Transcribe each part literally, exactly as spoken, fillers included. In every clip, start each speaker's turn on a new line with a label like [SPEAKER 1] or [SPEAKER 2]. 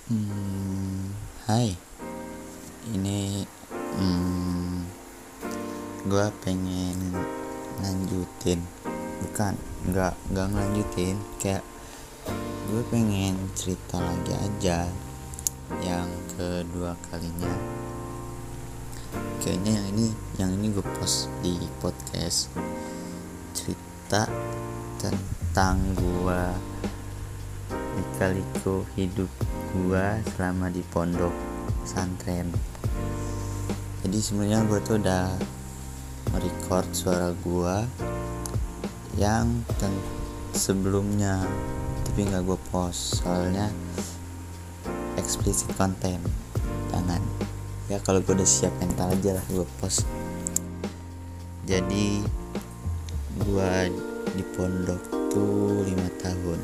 [SPEAKER 1] Hmm, hai, ini hmm, gue pengen lanjutin, bukan, nggak nggak ngelanjutin, kayak gue pengen cerita lagi aja, yang kedua kalinya. Kayaknya yang ini, yang ini gue post di podcast cerita tentang gue lika-liku hidup gua selama di pondok pesantren. Jadi sebenarnya gua tuh udah merecord suara gua yang ten- sebelumnya, tapi nggak gua post soalnya explicit content. Jangan ya, kalau gua udah siap mental aja lah gua post. Jadi gua di pondok tuh lima tahun.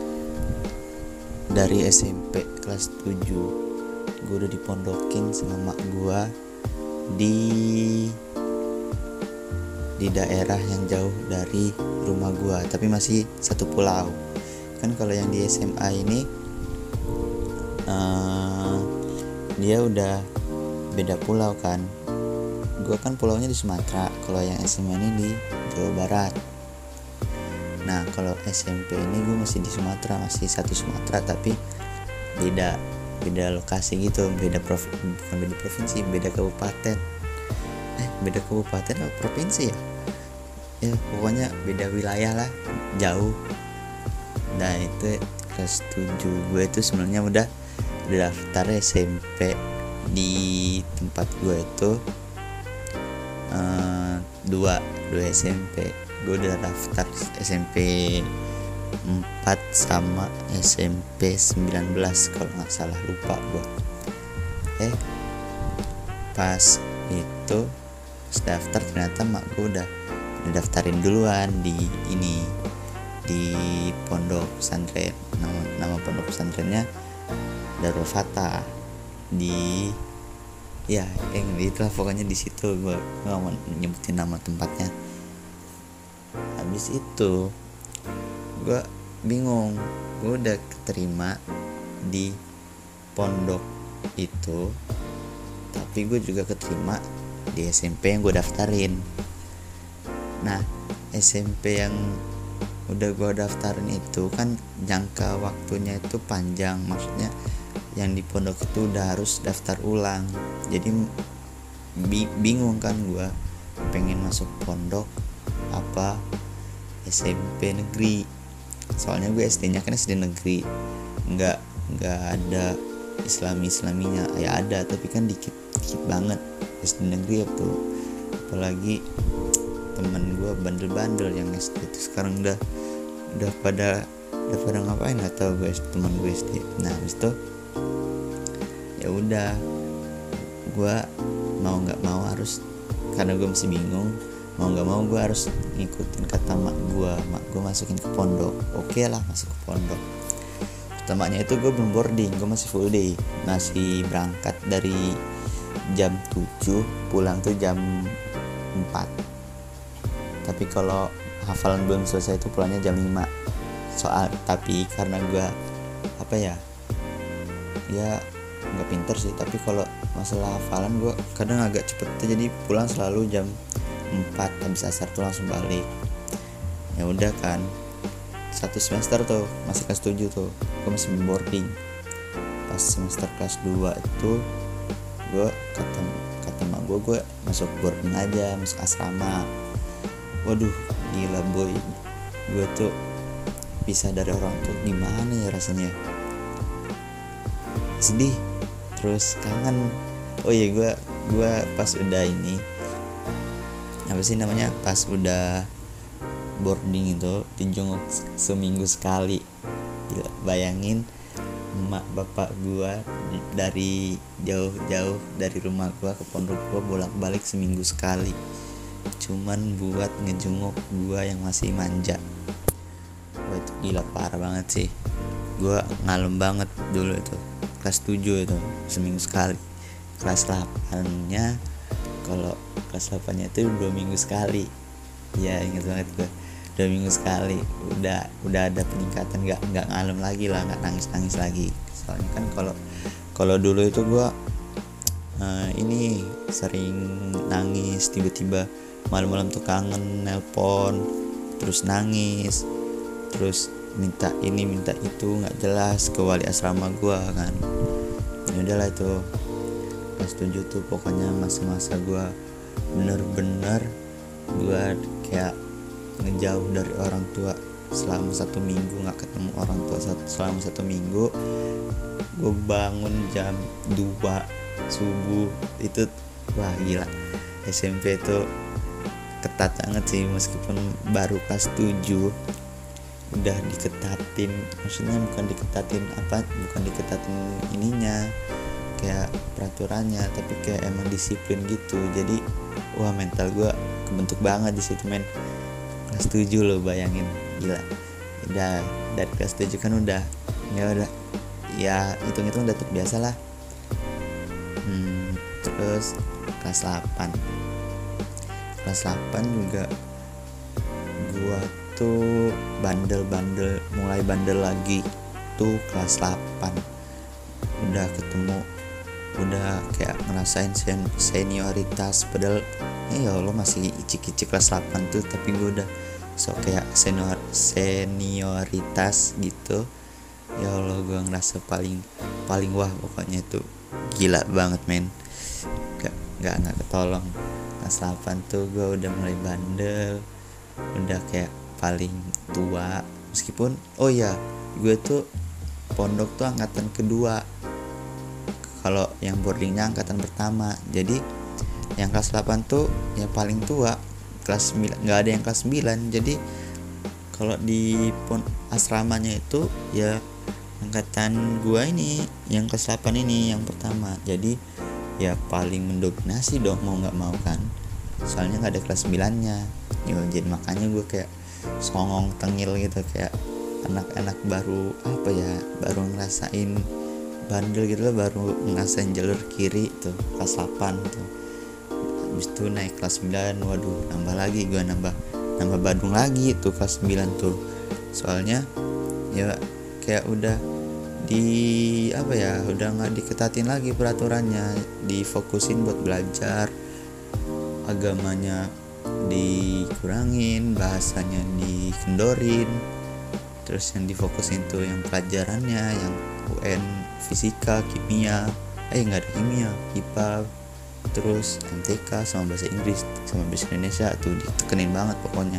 [SPEAKER 1] Dari S M P kelas tujuh gue udah dipondokin sama mak gue di di daerah yang jauh dari rumah gue, tapi masih satu pulau. Kan kalau yang di S M A ini uh, dia udah beda pulau kan. Gue kan pulaunya di Sumatera, kalau yang S M A ini di Jawa Barat. Nah kalau S M P ini gue masih di Sumatera, masih satu Sumatera tapi beda beda lokasi gitu, beda provinsi, bukan beda provinsi, beda kabupaten. Eh beda kabupaten atau provinsi ya? Ya pokoknya beda wilayah lah, jauh. Nah itu kelas tujuh gue itu sebenarnya udah udah daftar S M P di tempat gue itu uh, dua dua S M P. Gue udah daftar S M P empat sama S M P sembilan belas kalau nggak salah, lupa gue. Eh pas itu pas daftar ternyata mak gue udah daftarin duluan di ini, di pondok pesantren. Nama, nama pondok pesantrennya Darul Fatah di ya yang itulah pokoknya di situ. Gue nggak mau nyebutin nama tempatnya. Habis itu gue bingung, gue udah keterima di pondok itu, tapi gue juga keterima di S M P yang gue daftarin. Nah S M P yang udah gue daftarin itu kan jangka waktunya itu panjang, maksudnya yang di pondok itu udah harus daftar ulang. Jadi bi- bingung kan gue pengen masuk pondok apa S M P negeri. Soalnya gue S D-nya kan S D negeri, nggak nggak ada Islami-Islaminya. Ya ada tapi kan dikit dikit banget. S D negeri itu apalagi temen gue bandel-bandel yang S D itu sekarang udah udah pada udah pada ngapain nggak tahu gue, teman gue S D. Nah habis itu ya udah gue mau nggak mau harus, karena gue masih bingung, mau nggak mau gue harus ngikutin kata mak gue. Mak gue masukin ke pondok, oke lah masuk ke pondok. Pertamanya itu gue belum boarding, gue masih full day, masih berangkat dari jam tujuh, pulang tuh jam empat. Tapi kalau hafalan belum selesai itu pulangnya jam lima. Soal tapi karena gue apa ya ya nggak pinter sih, tapi kalau masalah hafalan gue kadang agak cepet, jadi pulang selalu jam empat, habis asar tuh langsung balik. Ya udah kan, satu semester tuh masih kelas tujuh tuh gue masih boarding. Pas semester kelas dua itu gue kata kata mak gue gue masuk boarding aja, masuk asrama. Waduh gila boy, gue tuh pisah dari orang tuh gimana ya rasanya, sedih terus kangen. Oh iya gue gue pas udah ini apa sih namanya, pas udah boarding itu dijenguk seminggu sekali. Gila, bayangin emak bapak gua dari jauh-jauh dari rumah gua ke pondok gua bolak-balik seminggu sekali, cuman buat ngejenguk gua yang masih manja. Wah itu gila parah banget sih, gua ngalem banget dulu itu kelas tujuh itu seminggu sekali. Kelas delapan nya, kalau kelas delapan nya itu dua minggu sekali. Ya ingat banget gue dua minggu sekali udah udah ada peningkatan, nggak nggak ngalem lagi lah, nggak nangis nangis lagi. Soalnya kan kalau kalau dulu itu gue uh, ini sering nangis tiba-tiba malam-malam tuh kangen nelpon terus nangis terus minta ini minta itu nggak jelas ke wali asrama gue kan. Ya udahlah itu kelas tujuh tuh pokoknya masa-masa gue bener-bener gue kayak ngejauh dari orang tua selama satu minggu, nggak ketemu orang tua selama satu minggu. Gue bangun jam dua subuh itu, wah gila. S M P itu ketat banget sih, meskipun baru kelas tujuh udah diketatin, maksudnya bukan diketatin apa bukan diketatin ininya kayak peraturannya, tapi kayak emang disiplin gitu. Jadi wah mental gue kebentuk banget di situ men. Kelas tujuh loh, bayangin, gila. Udah dari kelas tujuh kan udah ya udah ya hitung-hitung udah terbiasa lah. Hmm, terus kelas delapan kelas delapan juga gua tuh bandel-bandel, mulai bandel lagi tuh kelas delapan. Udah ketemu, udah kayak ngerasain sen- senioritas, padahal eh ya Allah masih icik-icik kelas delapan tuh, tapi gue udah sok kayak senior senioritas gitu. Ya Allah, gue ngerasa paling paling wah pokoknya tuh gila banget men. Gak gak nggak ketolong. Kelas delapan tuh gue udah mulai bandel, udah kayak paling tua. Meskipun oh ya gue tuh pondok tuh angkatan kedua, kalau yang boardingnya angkatan pertama. Jadi yang kelas delapan tuh yang paling tua, kelas sembilan nggak ada yang kelas sembilan. Jadi kalau di pon asramanya itu ya angkatan gua ini yang kelas delapan ini yang pertama. Jadi ya paling mendominasi dong mau nggak mau kan, soalnya nggak ada kelas sembilannya. Ya jadi makanya gue kayak songong tengil gitu, kayak anak-anak baru apa ya baru ngerasain bandel gitu lah, baru ngerasain jalur kiri tuh kelas delapan tuh. Habis itu naik kelas sembilan, waduh nambah lagi gue nambah nambah Badung lagi tuh kelas sembilan tuh. Soalnya ya kayak udah di apa ya udah nggak diketatin lagi peraturannya, difokusin buat belajar, agamanya dikurangin, bahasanya dikendorin, terus yang difokusin tuh yang pelajarannya yang U N fisika, kimia, eh nggak ada kimia, I P A, terus M T K sama bahasa Inggris sama bahasa Indonesia tuh ditekenin banget pokoknya.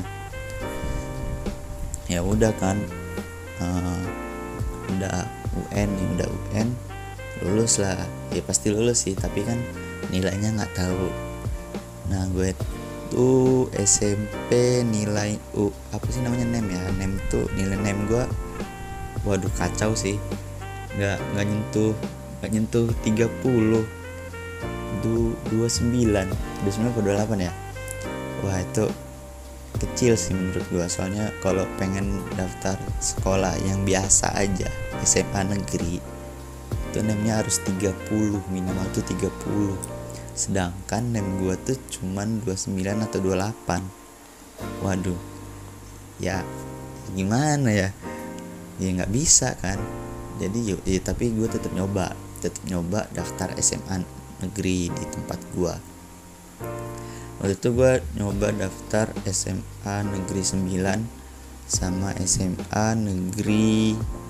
[SPEAKER 1] Ya udah kan, uh, udah U N ya udah U N lulus lah, ya pasti lulus sih, tapi kan nilainya nggak tahu. Nah gue tuh S M P nilai U apa sih namanya nem ya nem tuh nilai nem gue waduh kacau sih, nggak nggak nyentuh nggak nyentuh tiga puluh, du dua puluh sembilan dua puluh sembilan atau dua puluh delapan ya. Wah itu kecil sih menurut gue, soalnya kalau pengen daftar sekolah yang biasa aja S M A negeri itu nemnya harus tiga puluh, minimal tuh tiga puluh. Sedangkan nem gue tuh cuman dua puluh sembilan atau dua puluh delapan. Waduh, ya gimana ya, ya nggak bisa kan. Jadi yuk, ya, tapi gue tetap nyoba, tetap nyoba daftar S M A negeri di tempat gue. Waktu itu gue nyoba daftar S M A negeri sembilan sama S M A negeri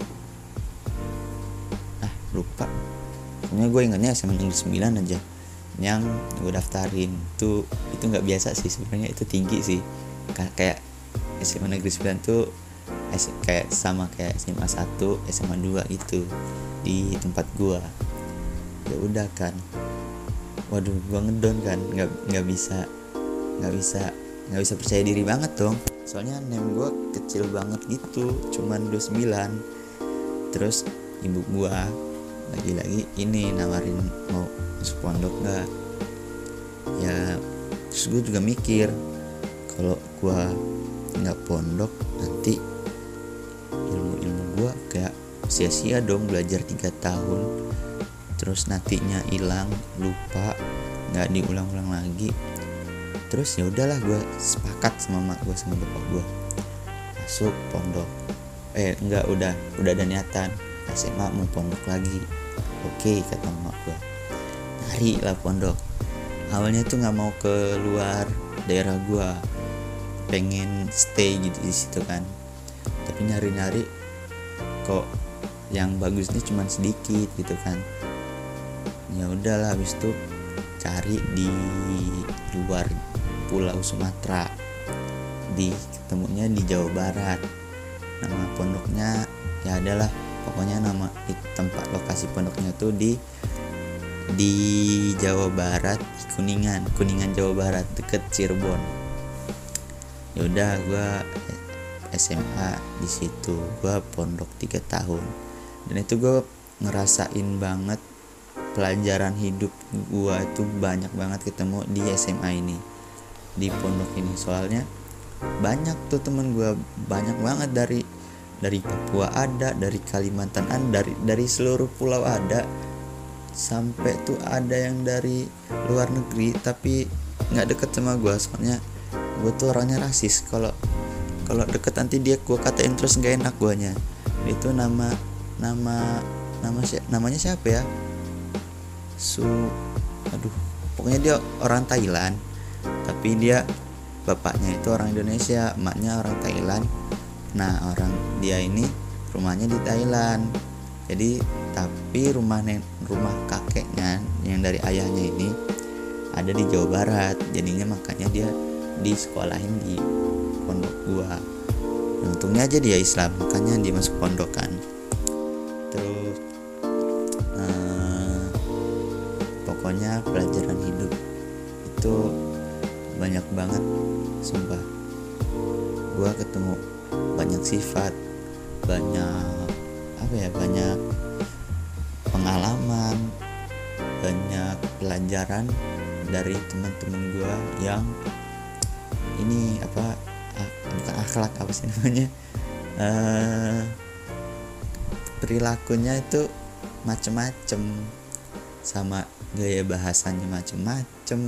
[SPEAKER 1] ah lupa. Pokoknya gue ingatnya S M A negeri sembilan aja yang gue daftarin. Itu itu nggak biasa sih sebenarnya, itu tinggi sih. Kayak S M A negeri sembilan tuh kayak sama kayak S M A satu, S M A dua itu di tempat gue. Ya udah kan, waduh gue ngedon kan, nggak nggak bisa nggak bisa nggak bisa percaya diri banget dong, soalnya nem gue kecil banget gitu, cuman dua puluh sembilan. Terus ibu gue lagi-lagi ini nawarin mau masuk pondok nggak ya. Terus gue juga mikir kalau gue nggak pondok nanti ilmu-ilmu gue kayak sia-sia dong, belajar tiga tahun terus nantinya hilang, lupa, nggak diulang-ulang lagi. Terus ya udahlah gue sepakat sama mak gue sama bapak gue, masuk pondok. Eh enggak, udah udah ada niatan S M A mau pondok lagi. Oke kata emak gue, nyari lah pondok. Awalnya tuh nggak mau keluar daerah gue, pengen stay gitu di situ kan. Tapi nyari-nyari kok yang bagus nih cuman sedikit gitu kan. Ya udahlah, habis itu cari di luar Pulau Sumatera, di ketemunya di Jawa Barat. Nama pondoknya ya adalah pokoknya nama tempat lokasi pondoknya tuh di di Jawa Barat, di Kuningan, Kuningan Jawa Barat deket Cirebon. Ya udah, gue S M A di situ, gue pondok tiga tahun, dan itu gue ngerasain banget pelajaran hidup gue itu banyak banget ketemu di S M A ini, di pondok ini. Soalnya banyak tuh temen gue, banyak banget dari dari Papua ada, dari Kalimantan ada, dari dari seluruh pulau ada, sampai tuh ada yang dari luar negeri tapi nggak deket sama gue. Soalnya gue tuh orangnya rasis, kalau kalau deket nanti dia gue katain terus nggak enak guanya. Itu nama nama nama si, namanya siapa ya? Su, aduh, pokoknya dia orang Thailand, tapi dia bapaknya itu orang Indonesia, emaknya orang Thailand. Nah, orang dia ini rumahnya di Thailand. Jadi tapi rumah nen, rumah kakeknya yang dari ayahnya ini ada di Jawa Barat. Jadinya makanya dia disekolahin di pondok gua. Nah, untungnya aja dia Islam, makanya dia masuk pondok kan. Terus eh, pokoknya pelajaran hidup itu banyak banget, sumpah. Gua ketemu banyak sifat, banyak apa ya, banyak pengalaman, banyak pelajaran dari teman-teman gua yang ini apa ah, bukan akhlak, apa sih namanya, uh, perilakunya itu macem-macem, sama gaya bahasanya macem-macem,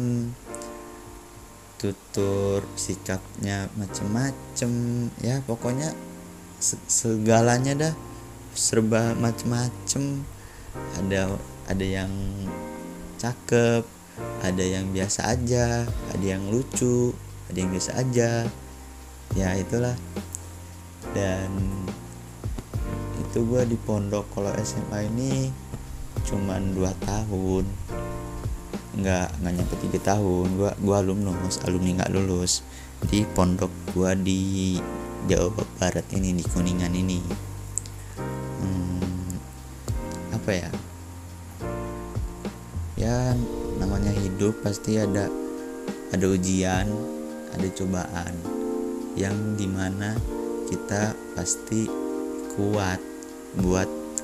[SPEAKER 1] tutur sikapnya macem-macem, ya pokoknya segalanya dah serba macem-macem. Ada ada yang cakep, ada yang biasa aja, ada yang lucu, ada yang biasa aja, ya itulah. Dan itu gue di pondok, kalau S M A ini cuman dua tahun, nggak nggak nyampe tiga tahun. Gue gue alumnus, alumni nggak lulus di pondok gue di Jawa Barat ini, di Kuningan ini. hmm, apa ya ya namanya hidup pasti ada ada ujian, ada cobaan yang dimana kita pasti kuat buat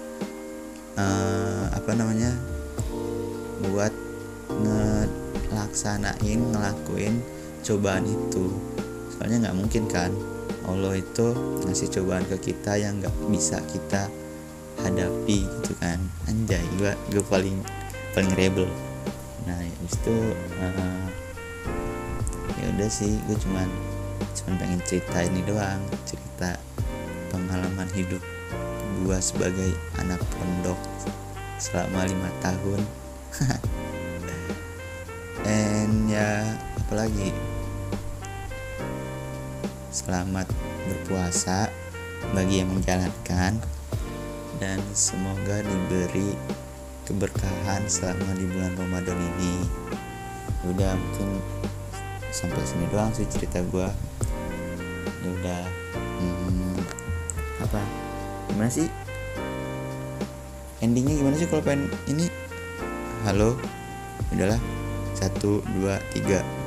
[SPEAKER 1] uh, apa namanya buat ngelaksanain ngelakuin cobaan itu. Soalnya nggak mungkin kan Allah itu ngasih cobaan ke kita yang nggak bisa kita hadapi gitu kan. Anjay, gue gue paling paling rebel. Nah habis itu uh, ya udah sih, gue cuman cuman pengen cerita ini doang, cerita pengalaman hidup gue sebagai anak pondok selama lima tahun. And ya apalagi, selamat berpuasa bagi yang menjalankan, dan semoga diberi keberkahan selama di bulan Ramadan ini. Udah, mungkin sampai sini doang sih cerita gue. Ya udah, hmm, apa gimana sih endingnya, gimana sih kalau pengen ini? Halo, udahlah, satu dua tiga.